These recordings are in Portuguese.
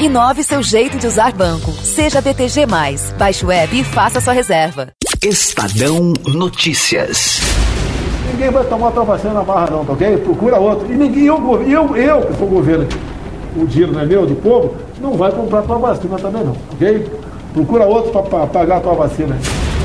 Inove seu jeito de usar banco. Seja BTG+. Baixe o app e faça sua reserva. Estadão Notícias. Ninguém vai tomar tua vacina na barra não, tá ok? Procura outro. E ninguém, eu que sou o governo, o dinheiro não é meu, do povo, não vai comprar tua vacina também não, ok? Procura outro para pagar a tua vacina.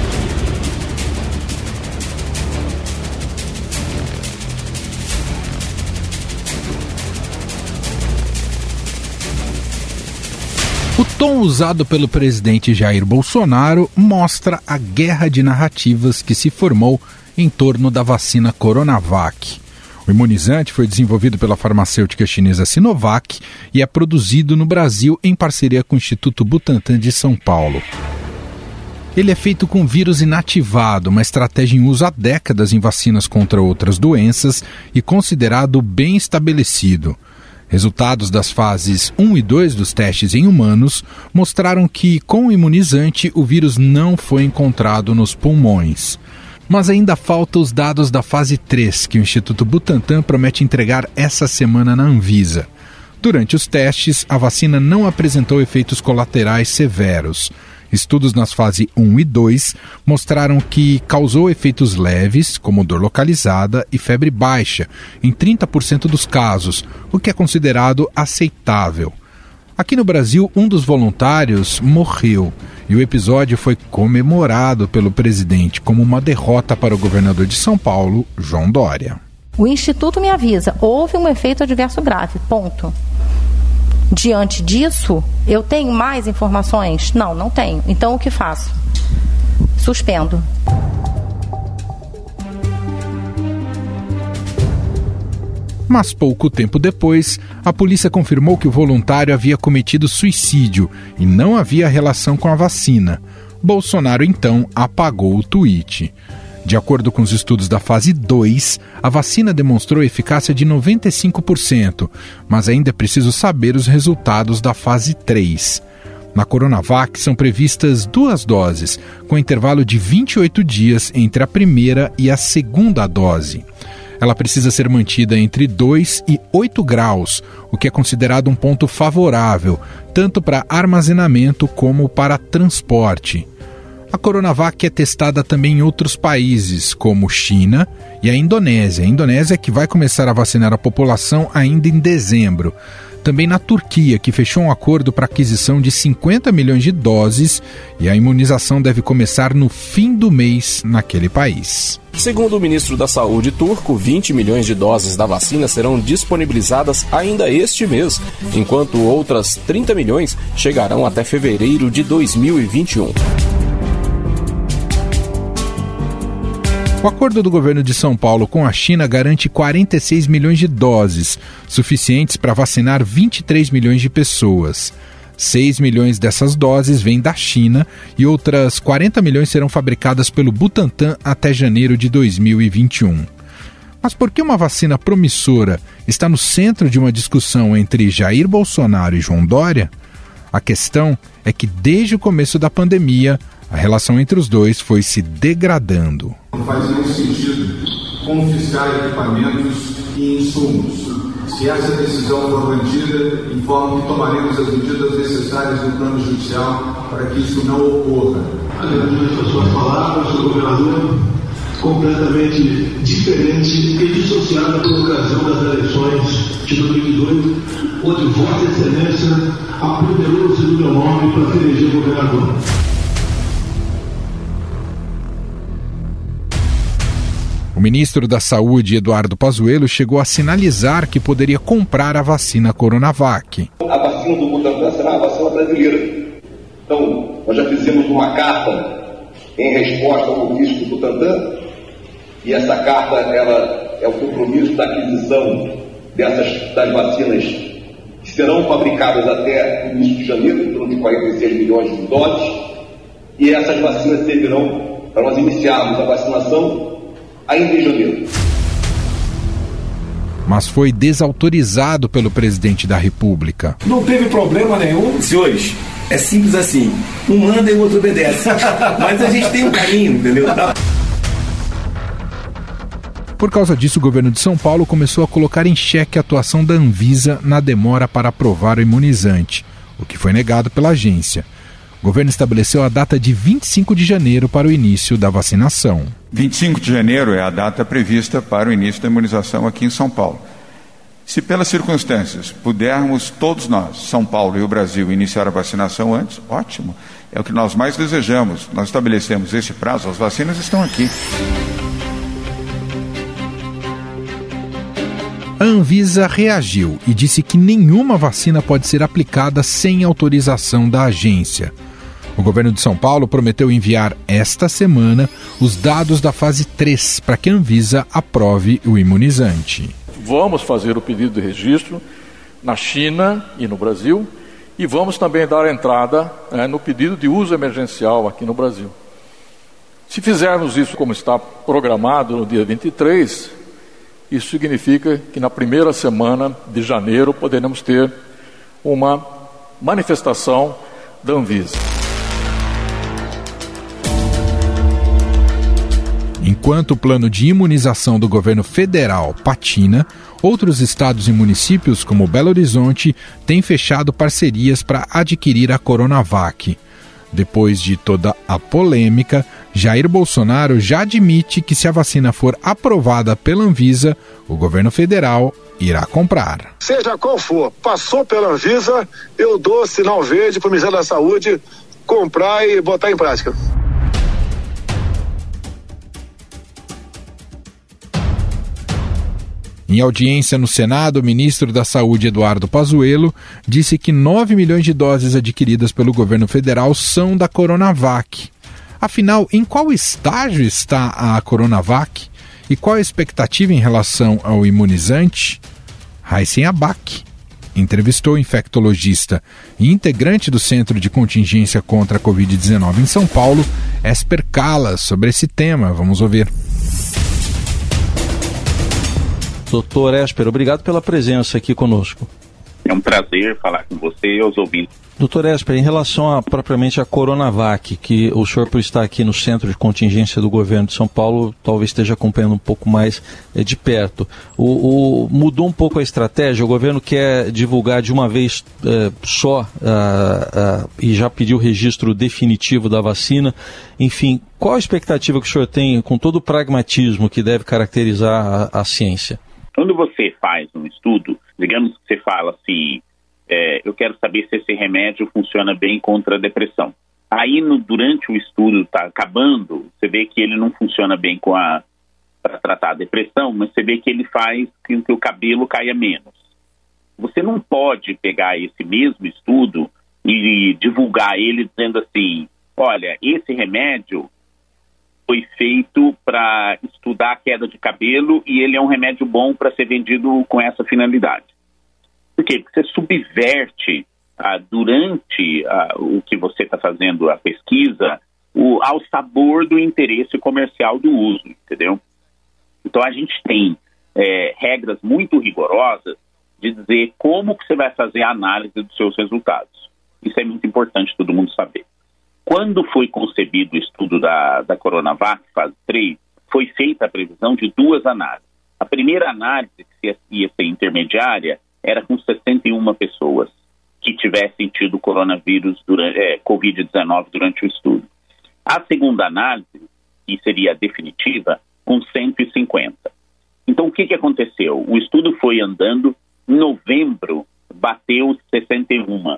O tom usado pelo presidente Jair Bolsonaro mostra a guerra de narrativas que se formou em torno da vacina Coronavac. O imunizante foi desenvolvido pela farmacêutica chinesa Sinovac e é produzido no Brasil em parceria com o Instituto Butantan de São Paulo. Ele é feito com vírus inativado, uma estratégia em uso há décadas em vacinas contra outras doenças e considerado bem estabelecido. Resultados das fases 1 e 2 dos testes em humanos mostraram que, com o imunizante, o vírus não foi encontrado nos pulmões. Mas ainda faltam os dados da fase 3, que o Instituto Butantan promete entregar essa semana na Anvisa. Durante os testes, a vacina não apresentou efeitos colaterais severos. Estudos nas fases 1 e 2 mostraram que causou efeitos leves, como dor localizada e febre baixa, em 30% dos casos, o que é considerado aceitável. Aqui no Brasil, um dos voluntários morreu e o episódio foi comemorado pelo presidente como uma derrota para o governador de São Paulo, João Dória. O Instituto me avisa, houve um efeito adverso grave, ponto. Diante disso, eu tenho mais informações? Não tenho. Então, o que faço? Suspendo. Mas pouco tempo depois, a polícia confirmou que o voluntário havia cometido suicídio e não havia relação com a vacina. Bolsonaro, então, apagou o tweet. De acordo com os estudos da fase 2, a vacina demonstrou eficácia de 95%, mas ainda é preciso saber os resultados da fase 3. Na Coronavac são previstas 2 doses, com intervalo de 28 dias entre a primeira e a segunda dose. Ela precisa ser mantida entre 2 e 8 graus, o que é considerado um ponto favorável, tanto para armazenamento como para transporte. A Coronavac é testada também em outros países, como China e a Indonésia. A Indonésia que vai começar a vacinar a população ainda em dezembro. Também na Turquia, que fechou um acordo para aquisição de 50 milhões de doses e a imunização deve começar no fim do mês naquele país. Segundo o ministro da Saúde turco, 20 milhões de doses da vacina serão disponibilizadas ainda este mês, enquanto outras 30 milhões chegarão até fevereiro de 2021. O acordo do governo de São Paulo com a China garante 46 milhões de doses, suficientes para vacinar 23 milhões de pessoas. 6 milhões dessas doses vêm da China e outras 40 milhões serão fabricadas pelo Butantan até janeiro de 2021. Mas por que uma vacina promissora está no centro de uma discussão entre Jair Bolsonaro e João Dória? A questão é que desde o começo da pandemia, a relação entre os dois foi se degradando. Não faz nenhum sentido confiscar equipamentos e insumos. Se essa decisão for mantida, informo que tomaremos as medidas necessárias no plano judicial para que isso não ocorra. Agradeço as suas palavras, senhor governador, completamente diferente e dissociada pela ocasião das eleições de 2018, onde Vossa Excelência apoderou-se do meu nome para se eleger governador. O ministro da Saúde, Eduardo Pazuello, chegou a sinalizar que poderia comprar a vacina Coronavac. A vacina do Butantan será uma vacina brasileira. Então, nós já fizemos uma carta em resposta ao ofício do Butantan, e essa carta ela é o compromisso da aquisição das vacinas que serão fabricadas até o início de janeiro, em torno de 46 milhões de doses, e essas vacinas servirão para nós iniciarmos a vacinação ainda em janeiro. Mas foi desautorizado pelo presidente da República. Não teve problema nenhum. Senhores, é simples assim. Um manda e o outro obedece. Mas a gente tem um caminho, entendeu? Por causa disso, o governo de São Paulo começou a colocar em xeque a atuação da Anvisa na demora para aprovar o imunizante. o que foi negado pela agência. O governo estabeleceu a data de 25 de janeiro para o início da vacinação. 25 de janeiro é a data prevista para o início da imunização aqui em São Paulo. Se pelas circunstâncias pudermos todos nós, São Paulo e o Brasil, iniciar a vacinação antes, ótimo. É o que nós mais desejamos. Nós estabelecemos esse prazo, as vacinas estão aqui. A Anvisa reagiu e disse que nenhuma vacina pode ser aplicada sem autorização da agência. O governo de São Paulo prometeu enviar esta semana os dados da fase 3 para que a Anvisa aprove o imunizante. Vamos fazer o pedido de registro na China e no Brasil e vamos também dar entrada no pedido de uso emergencial aqui no Brasil. Se fizermos isso como está programado no dia 23, isso significa que na primeira semana de janeiro poderemos ter uma manifestação da Anvisa. Enquanto o plano de imunização do governo federal patina, outros estados e municípios, como Belo Horizonte, têm fechado parcerias para adquirir a Coronavac. Depois de toda a polêmica, Jair Bolsonaro já admite que se a vacina for aprovada pela Anvisa, o governo federal irá comprar. Seja qual for, passou pela Anvisa, eu dou sinal verde para o Ministério da Saúde comprar e botar em prática. Em audiência no Senado, o ministro da Saúde, Eduardo Pazuello, disse que 9 milhões de doses adquiridas pelo governo federal são da Coronavac. Afinal, em qual estágio está a Coronavac? E qual a expectativa em relação ao imunizante? Raíssen Abac entrevistou o infectologista e integrante do Centro de Contingência contra a Covid-19 em São Paulo, Esper Calas, sobre esse tema. Vamos ouvir. Doutor Esper, obrigado pela presença aqui conosco. É um prazer falar com você e aos ouvintes. Doutor Esper, em relação propriamente à Coronavac, que o senhor, por estar aqui no Centro de Contingência do Governo de São Paulo, talvez esteja acompanhando um pouco mais de perto. Mudou um pouco a estratégia? O governo quer divulgar de uma vez só e já pediu o registro definitivo da vacina. Enfim, qual a expectativa que o senhor tem, com todo o pragmatismo que deve caracterizar a ciência? Quando você faz um estudo, digamos que você fala assim, eu quero saber se esse remédio funciona bem contra a depressão. Aí, durante o estudo, está acabando, você vê que ele não funciona bem para tratar a depressão, mas você vê que ele faz com que o cabelo caia menos. Você não pode pegar esse mesmo estudo e divulgar ele dizendo assim, olha, esse remédio foi feito para estudar a queda de cabelo e ele é um remédio bom para ser vendido com essa finalidade. Por quê? Porque você subverte, durante o que você está fazendo a pesquisa, ao sabor do interesse comercial do uso, entendeu? Então a gente tem regras muito rigorosas de dizer como que você vai fazer a análise dos seus resultados. Isso é muito importante todo mundo saber. Quando foi concebido o estudo da Coronavac, fase 3, foi feita a previsão de 2 análises. A primeira análise, que ia ser intermediária, era com 61 pessoas que tivessem tido coronavírus, Covid-19 durante o estudo. A segunda análise, que seria a definitiva, com 150. Então, o que aconteceu? O estudo foi andando, em novembro, bateu 61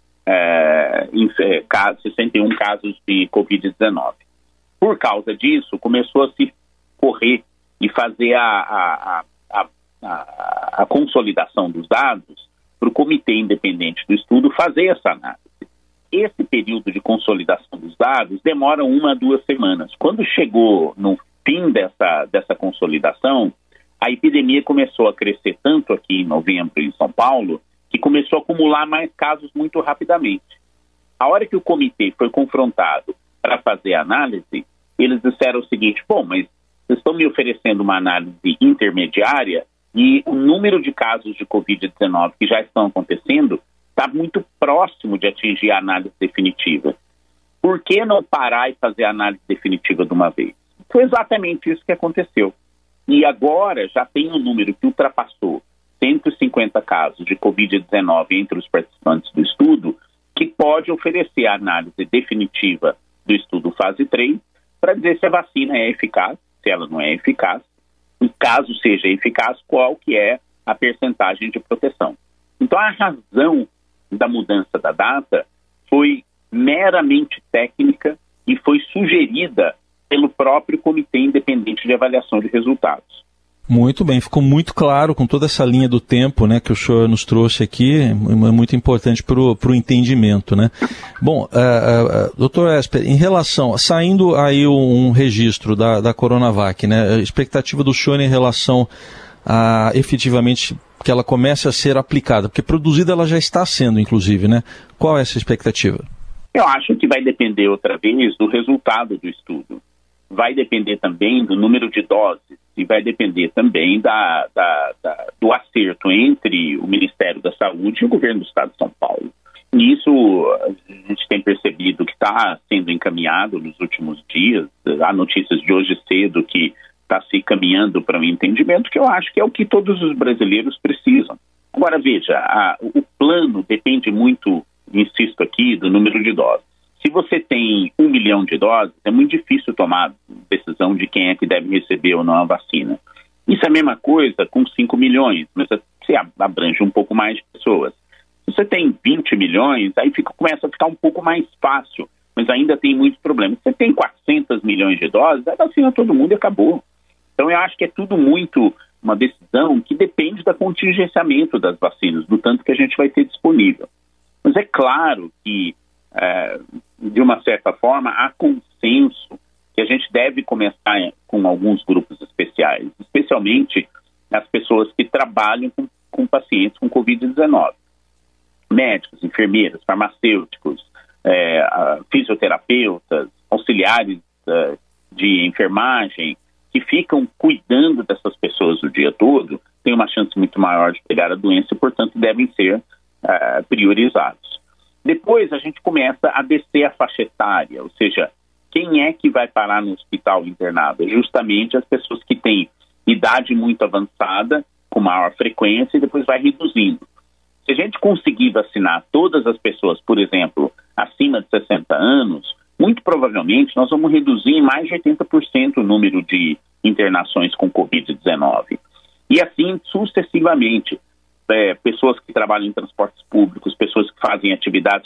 casos de Covid-19. Por causa disso, começou a se correr e fazer a consolidação dos dados para o Comitê Independente do Estudo fazer essa análise. Esse período de consolidação dos dados demora 1 a 2 semanas. Quando chegou no fim dessa consolidação, a epidemia começou a crescer tanto aqui em novembro em São Paulo, que começou a acumular mais casos muito rapidamente. A hora que o comitê foi confrontado para fazer a análise, eles disseram o seguinte, mas vocês estão me oferecendo uma análise intermediária e o número de casos de Covid-19 que já estão acontecendo está muito próximo de atingir a análise definitiva. Por que não parar e fazer a análise definitiva de uma vez? Foi exatamente isso que aconteceu. E agora já tem um número que ultrapassou 150 casos de Covid-19 entre os participantes do estudo, pode oferecer a análise definitiva do estudo fase 3 para dizer se a vacina é eficaz, se ela não é eficaz, e caso seja eficaz, qual que é a percentagem de proteção. Então, a razão da mudança da data foi meramente técnica e foi sugerida pelo próprio Comitê Independente de Avaliação de Resultados. Muito bem, ficou muito claro com toda essa linha do tempo, né, que o senhor nos trouxe aqui, é muito importante para o entendimento, né? Bom, doutor Esper, em relação, saindo aí um registro da Coronavac, né, a expectativa do senhor em relação a efetivamente que ela comece a ser aplicada, porque produzida ela já está sendo, inclusive, né? Qual é essa expectativa? Eu acho que vai depender outra vez do resultado do estudo. Vai depender também do número de doses e vai depender também do acerto entre o Ministério da Saúde e o governo do Estado de São Paulo. Nisso, a gente tem percebido que está sendo encaminhado nos últimos dias. Há notícias de hoje cedo que está se caminhando para um entendimento que eu acho que é o que todos os brasileiros precisam. Agora, veja, o plano depende muito, insisto aqui, do número de doses. Se você tem 1 milhão de doses, é muito difícil tomar decisão de quem é que deve receber ou não a vacina. Isso é a mesma coisa com 5 milhões, mas você abrange um pouco mais de pessoas. Se você tem 20 milhões, aí começa a ficar um pouco mais fácil, mas ainda tem muitos problemas. Se você tem 400 milhões de doses, a vacina todo mundo e acabou. Então eu acho que é tudo muito uma decisão que depende do contingenciamento das vacinas, do tanto que a gente vai ter disponível. Mas é claro que de uma certa forma, há consenso que a gente deve começar com alguns grupos especiais, especialmente as pessoas que trabalham com pacientes com Covid-19. Médicos, enfermeiros, farmacêuticos, fisioterapeutas, auxiliares de enfermagem, que ficam cuidando dessas pessoas o dia todo, têm uma chance muito maior de pegar a doença e, portanto, devem ser priorizados. Depois a gente começa a descer a faixa etária, ou seja, quem é que vai parar no hospital internado? É justamente as pessoas que têm idade muito avançada, com maior frequência, e depois vai reduzindo. Se a gente conseguir vacinar todas as pessoas, por exemplo, acima de 60 anos, muito provavelmente nós vamos reduzir em mais de 80% o número de internações com Covid-19. E assim sucessivamente. Pessoas que trabalham em transportes públicos, pessoas que fazem atividades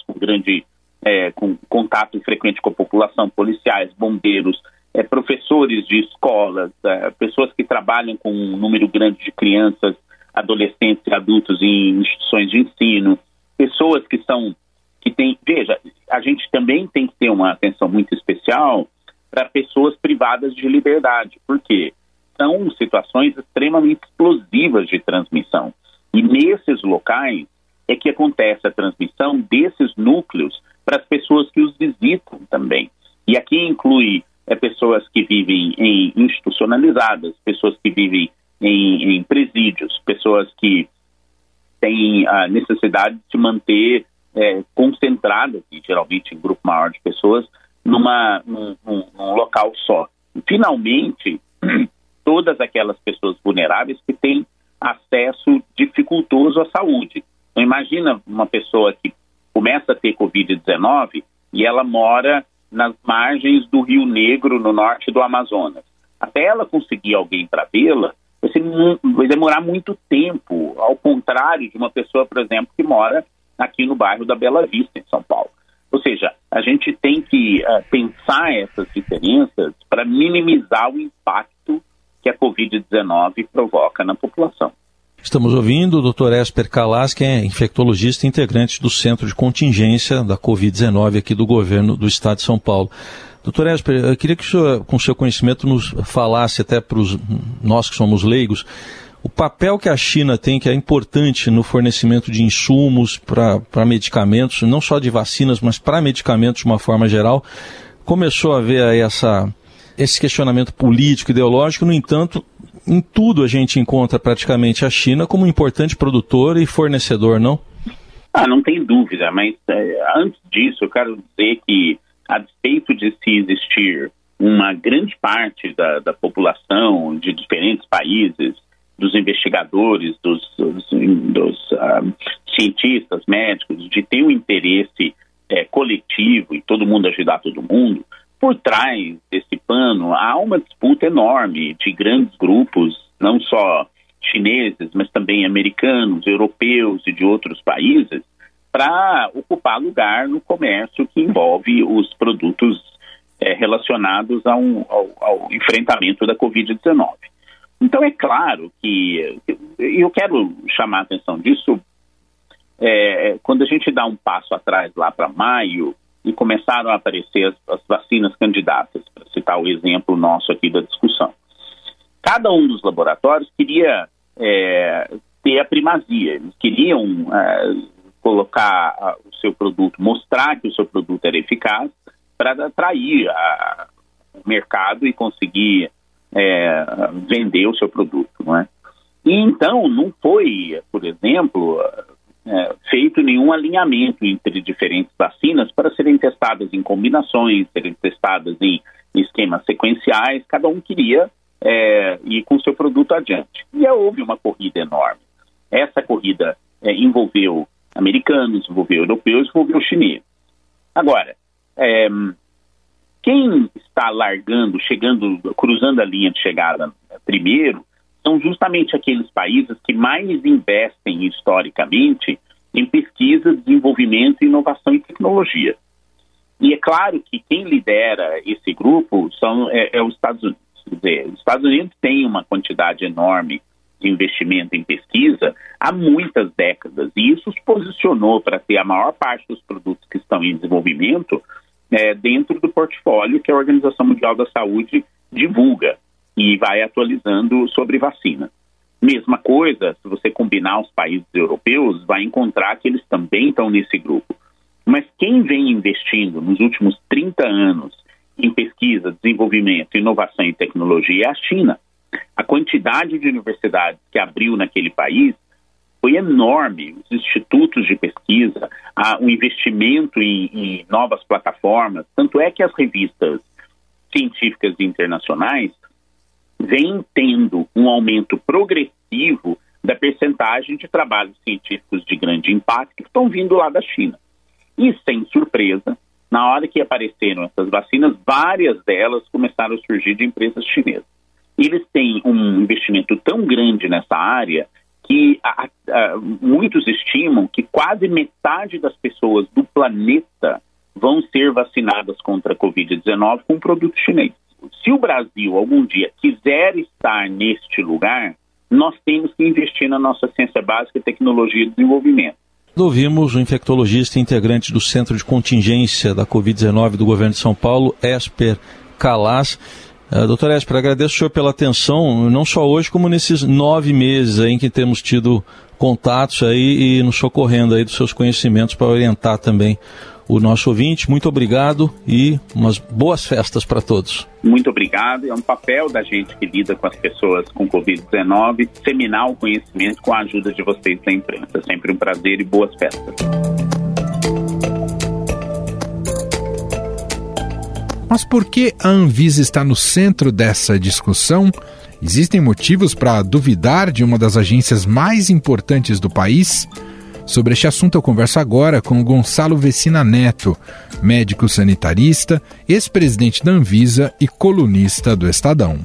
com contato frequente com a população, policiais, bombeiros, professores de escolas, pessoas que trabalham com um número grande de crianças, adolescentes e adultos em instituições de ensino, pessoas que têm... Veja, a gente também tem que ter uma atenção muito especial para pessoas privadas de liberdade, porque são situações extremamente explosivas de transmissão. E nesses locais é que acontece a transmissão desses núcleos para as pessoas que os visitam também. E aqui inclui pessoas que vivem institucionalizadas, pessoas que vivem em presídios, pessoas que têm a necessidade de se manter concentradas, e geralmente em grupo maior de pessoas, num local só. E, finalmente, todas aquelas pessoas vulneráveis que têm acesso dificultoso à saúde. Então, imagina uma pessoa que começa a ter Covid-19 e ela mora nas margens do Rio Negro, no norte do Amazonas. Até ela conseguir alguém para vê-la, vai demorar muito tempo, ao contrário de uma pessoa, por exemplo, que mora aqui no bairro da Bela Vista, em São Paulo. Ou seja, a gente tem que pensar essas diferenças para minimizar o impacto que a Covid-19 provoca na população. Estamos ouvindo o Dr. Esper Calas, que é infectologista e integrante do Centro de Contingência da Covid-19 aqui do Governo do Estado de São Paulo. Dr. Esper, eu queria que o senhor, com seu conhecimento, nos falasse até para nós que somos leigos, o papel que a China tem, que é importante no fornecimento de insumos para medicamentos, não só de vacinas, mas para medicamentos de uma forma geral. Começou a haver aí esse questionamento político, ideológico. No entanto, em tudo a gente encontra praticamente a China como um importante produtor e fornecedor, não? Não tem dúvida, mas antes disso eu quero dizer que, a despeito de se existir uma grande parte da população de diferentes países, dos investigadores, dos cientistas, médicos, de ter um interesse coletivo e todo mundo ajudar todo mundo, por trás desse pano há uma disputa enorme de grandes grupos, não só chineses, mas também americanos, europeus e de outros países, para ocupar lugar no comércio que envolve os produtos relacionados ao enfrentamento da Covid-19. Então é claro que eu quero chamar a atenção disso quando a gente dá um passo atrás lá para maio e começaram a aparecer as vacinas candidatas, para citar o exemplo nosso aqui da discussão. Cada um dos laboratórios queria ter a primazia, eles queriam colocar o seu produto, mostrar que o seu produto era eficaz para atrair o mercado e conseguir vender o seu produto, não é? E então não foi, por exemplo, feito nenhum alinhamento entre diferentes vacinas para serem testadas em combinações, serem testadas em esquemas sequenciais. Cada um queria ir com o seu produto adiante. E houve uma corrida enorme. Essa corrida envolveu americanos, envolveu europeus, envolveu chineses. Agora, quem está largando, cruzando a linha de chegada primeiro, são justamente aqueles países que mais investem historicamente em pesquisa, desenvolvimento, inovação e tecnologia. E é claro que quem lidera esse grupo é os Estados Unidos. Quer dizer, os Estados Unidos têm uma quantidade enorme de investimento em pesquisa há muitas décadas, e isso os posicionou para ter a maior parte dos produtos que estão em desenvolvimento dentro do portfólio que a Organização Mundial da Saúde divulga e vai atualizando sobre vacina. Mesma coisa, se você combinar os países europeus, vai encontrar que eles também estão nesse grupo. Mas quem vem investindo nos últimos 30 anos em pesquisa, desenvolvimento, inovação e tecnologia é a China. A quantidade de universidades que abriu naquele país foi enorme. Os institutos de pesquisa, o investimento em novas plataformas, tanto é que as revistas científicas internacionais vem tendo um aumento progressivo da percentagem de trabalhos científicos de grande impacto que estão vindo lá da China. E, sem surpresa, na hora que apareceram essas vacinas, várias delas começaram a surgir de empresas chinesas. Eles têm um investimento tão grande nessa área que muitos estimam que quase metade das pessoas do planeta vão ser vacinadas contra a Covid-19 com produto chinês. Se o Brasil algum dia quiser estar neste lugar, nós temos que investir na nossa ciência básica, tecnologia e desenvolvimento. Ouvimos o infectologista integrante do Centro de Contingência da Covid-19 do Governo de São Paulo, Esper Calas. Doutor Esper, agradeço o senhor pela atenção, não só hoje, como nesses 9 meses aí em que temos tido contatos aí e nos socorrendo aí dos seus conhecimentos para orientar também o nosso ouvinte. Muito obrigado e umas boas festas para todos. Muito obrigado. É um papel da gente que lida com as pessoas com Covid-19 disseminar o conhecimento com a ajuda de vocês da imprensa. Sempre um prazer e boas festas. Mas por que a Anvisa está no centro dessa discussão? Existem motivos para duvidar de uma das agências mais importantes do país? Sobre este assunto eu converso agora com Gonçalo Vecina Neto, médico sanitarista, ex-presidente da Anvisa e colunista do Estadão.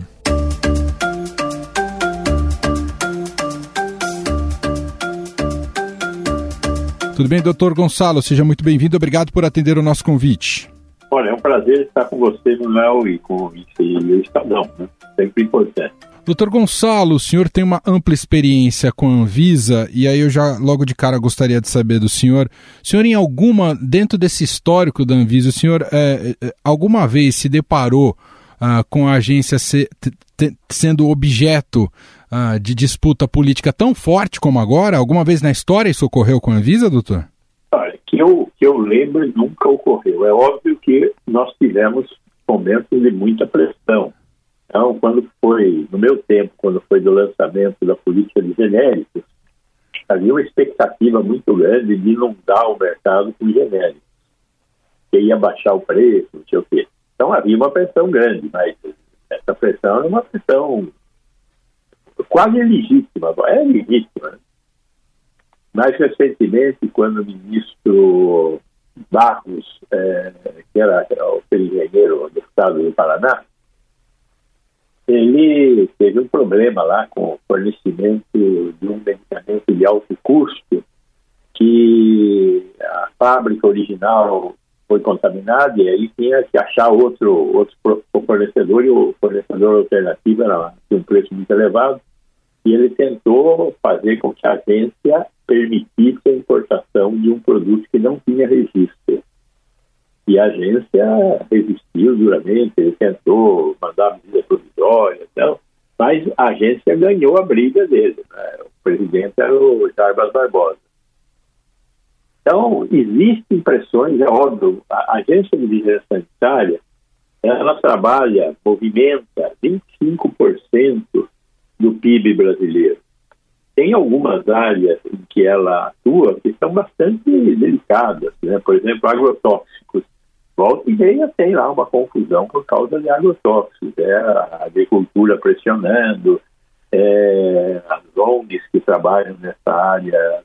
Tudo bem, doutor Gonçalo? Seja muito bem-vindo. Obrigado por atender o nosso convite. Olha, é um prazer estar com você, Manuel, e com o Estadão, né? Sempre importante. Doutor Gonçalo, o senhor tem uma ampla experiência com a Anvisa, e aí eu já logo de cara gostaria de saber do senhor, dentro desse histórico da Anvisa, o senhor alguma vez se deparou com a agência sendo objeto de disputa política tão forte como agora? Alguma vez na história isso ocorreu com a Anvisa, doutor? Olha, que eu lembro, nunca ocorreu. É óbvio que nós tivemos momentos de muita pressão. Então, no meu tempo, quando foi do lançamento da política de genéricos, havia uma expectativa muito grande de inundar o mercado com genéricos, que ia baixar o preço, não sei o quê. Então, havia uma pressão grande, mas essa pressão era uma pressão quase legítima, é legítima, né? Mais recentemente, quando o ministro Barros, que era o engenheiro do estado do Paraná, ele teve um problema lá com o fornecimento de um medicamento de alto custo, que a fábrica original foi contaminada e aí tinha que achar outro fornecedor, e o fornecedor alternativo era de um preço muito elevado, e ele tentou fazer com que a agência permitisse a importação de um produto que não tinha registro. E a agência resistiu duramente, ele tentou mandar medida provisória, então, mas a agência ganhou a briga dele, né? O presidente era o Jarbas Barbosa. Então, existem pressões, é óbvio, a Agência de Vigilância Sanitária, ela trabalha, movimenta 25% do PIB brasileiro. Tem algumas áreas em que ela atua que são bastante delicadas, né? Por exemplo, agrotóxicos. Volta e meia tem lá uma confusão por causa de agrotóxicos. A agricultura pressionando, as ONGs que trabalham nessa área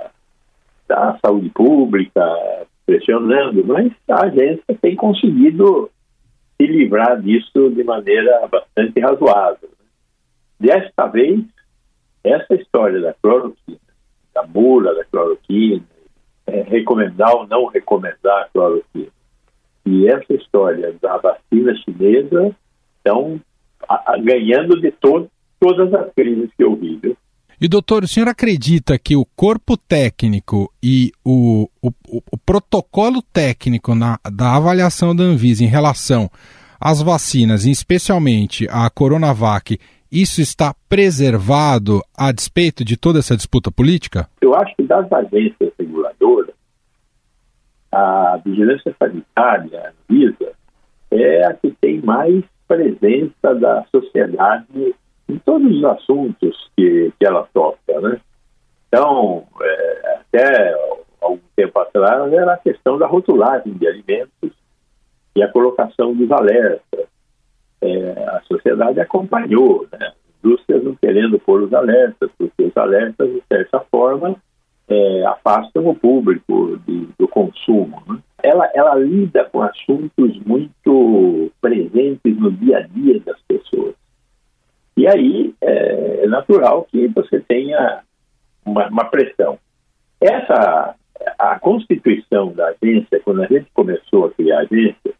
da saúde pública pressionando, mas a agência tem conseguido se livrar disso de maneira bastante razoável. Desta vez, essa história da cloroquina, da bula da cloroquina, recomendar ou não recomendar a cloroquina, e essa história da vacina chinesa estão ganhando de todas as crises que eu vi, viu? E, doutor, o senhor acredita que o corpo técnico e o protocolo técnico da avaliação da Anvisa em relação às vacinas, especialmente a Coronavac, isso está preservado a despeito de toda essa disputa política? Eu acho que das agências reguladoras, a Vigilância Sanitária, a Anvisa, é a que tem mais presença da sociedade em todos os assuntos que ela toca, né? Então, até algum tempo atrás, era a questão da rotulagem de alimentos e a colocação dos alertas. A sociedade acompanhou, né? Indústrias não querendo pôr os alertas, porque os alertas, de certa forma, afastam o público do consumo, né? Ela lida com assuntos muito presentes no dia a dia das pessoas. E aí é natural que você tenha uma pressão. A constituição da agência, quando a gente começou a criar a agência,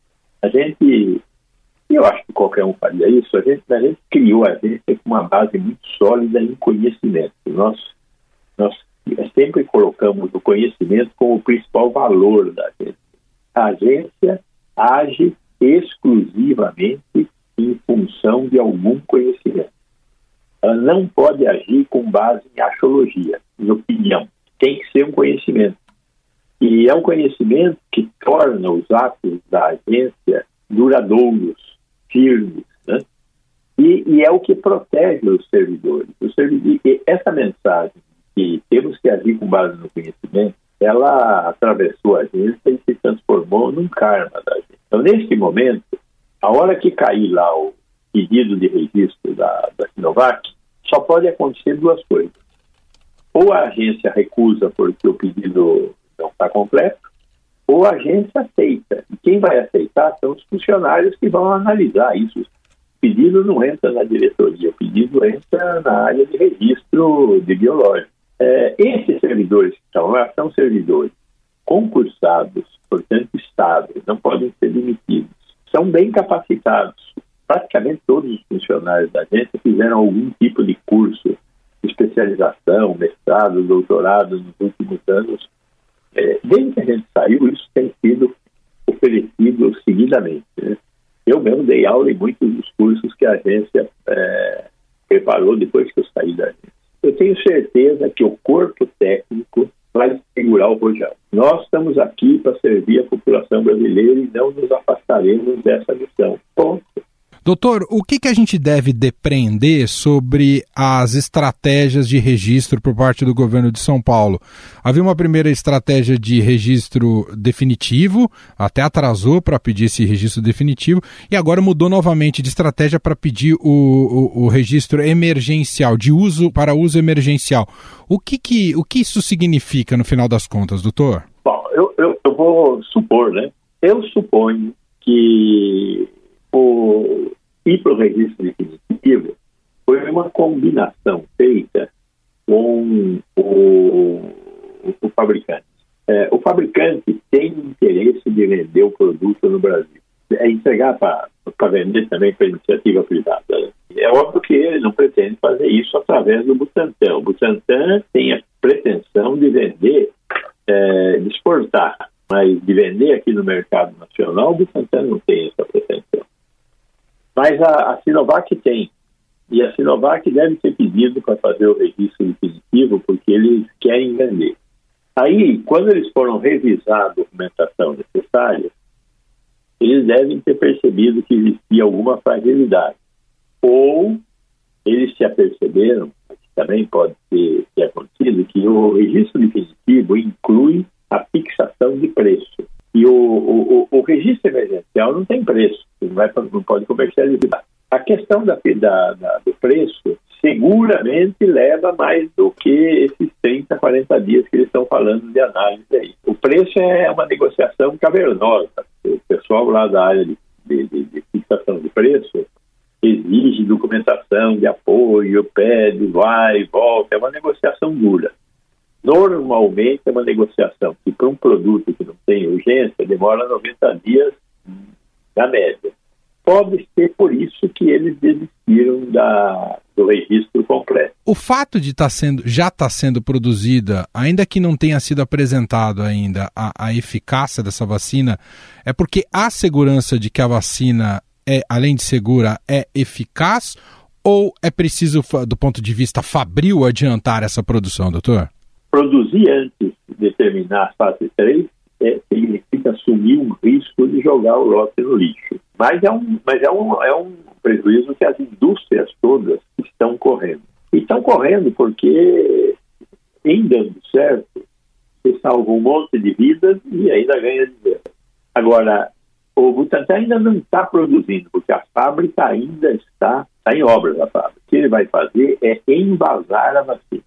eu acho que qualquer um faria isso, a gente criou a agência com uma base muito sólida em conhecimento. Nós sempre colocamos o conhecimento como o principal valor da agência. A agência age exclusivamente em função de algum conhecimento. Ela não pode agir com base em axiologia, em opinião. Tem que ser um conhecimento. E é um conhecimento que torna os atos da agência duradouros, firmes, né? E é o que protege os servidores. E essa mensagem que temos que agir com base no conhecimento, ela atravessou a agência e se transformou num karma da agência. Então, neste momento, a hora que cair lá o pedido de registro da Sinovac, só pode acontecer duas coisas. Ou a agência recusa porque o pedido não está completo, ou a agência aceita. E quem vai aceitar são os funcionários que vão analisar isso. O pedido não entra na diretoria, o pedido entra na área de registro de biológico. Esses servidores que estão lá são servidores concursados, portanto estáveis, não podem ser demitidos. São bem capacitados. Praticamente todos os funcionários da agência fizeram algum tipo de curso de especialização, mestrado, doutorado nos últimos anos. Desde que a gente saiu, isso tem sido oferecido seguidamente, né? Eu mesmo dei aula em muitos dos cursos que a agência preparou depois que eu saí da agência. Eu tenho certeza que o corpo técnico vai segurar o rojão. Nós estamos aqui para servir a população brasileira e não nos afastaremos dessa missão. Ponto. Doutor, o que a gente deve depreender sobre as estratégias de registro por parte do governo de São Paulo? Havia uma primeira estratégia de registro definitivo, até atrasou para pedir esse registro definitivo, e agora mudou novamente de estratégia para pedir o registro emergencial, para uso emergencial. O que isso significa no final das contas, doutor? Bom, eu vou supor, né? Eu suponho que ir para o registro definitivo foi uma combinação feita com o fabricante. O fabricante tem interesse de vender o produto no Brasil. Entregar para vender também para iniciativa privada. É óbvio que ele não pretende fazer isso através do Butantan. O Butantan tem a pretensão de vender, de exportar, mas de vender aqui no mercado nacional, o Butantan não tem essa pretensão. Mas a Sinovac tem. E a Sinovac deve ter pedido para fazer o registro definitivo porque eles querem vender. Aí, quando eles foram revisar a documentação necessária, eles devem ter percebido que existia alguma fragilidade. Ou eles se aperceberam, que também pode ter acontecido, que o registro definitivo inclui a fixação de preço. E o registro emergencial não tem preço, não pode comercializar. A questão do preço seguramente leva mais do que esses 30, 40 dias que eles estão falando de análise aí. O preço é uma negociação cavernosa. O pessoal lá da área de fixação de preço exige documentação de apoio, pede, vai, volta. É uma negociação dura. Normalmente é uma negociação que para um produto que não tem urgência demora 90 dias na média. Pode ser por isso que eles desistiram do registro completo. O fato de já estar sendo produzida, ainda que não tenha sido apresentado ainda a eficácia dessa vacina, é porque há segurança de que a vacina, além de segura, é eficaz, ou é preciso, do ponto de vista fabril, adiantar essa produção, doutor? Produzir antes de terminar a fase 3 significa assumir um risco de jogar o lote no lixo. Mas é um prejuízo que as indústrias todas estão correndo. E estão correndo porque, em dando certo, você salva um monte de vidas e ainda ganha dinheiro. Agora, o Butantan ainda não está produzindo, porque a fábrica ainda está em obras. A fábrica. O que ele vai fazer é envasar a vacina.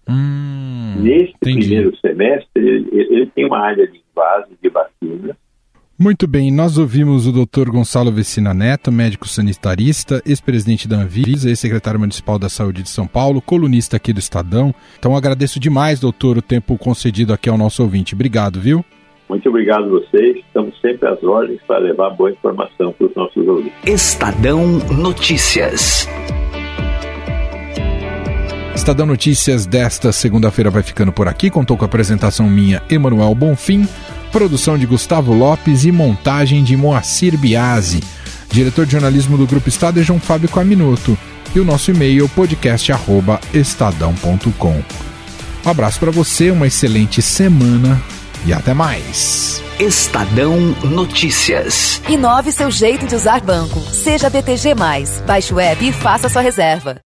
Neste primeiro semestre, ele tem uma área de invase de vacina. Muito bem, nós ouvimos o Dr. Gonçalo Vecina Neto, médico sanitarista, ex-presidente da Anvisa, ex-secretário municipal da Saúde de São Paulo, colunista aqui do Estadão. Então agradeço demais, doutor, o tempo concedido aqui ao nosso ouvinte. Obrigado, viu? Muito obrigado a vocês. Estamos sempre às ordens para levar boa informação para os nossos ouvintes. Estadão Notícias. Estadão Notícias desta segunda-feira vai ficando por aqui. Contou com a apresentação minha, Emanuel Bonfim, produção de Gustavo Lopes e montagem de Moacir Biasi. Diretor de jornalismo do Grupo Estado é João Fábio Quaminuto. E o nosso e-mail podcast@estadão.com. Um abraço para você, uma excelente semana e até mais. Estadão Notícias. Inove seu jeito de usar banco. Seja BTG+. Baixe o app e faça sua reserva.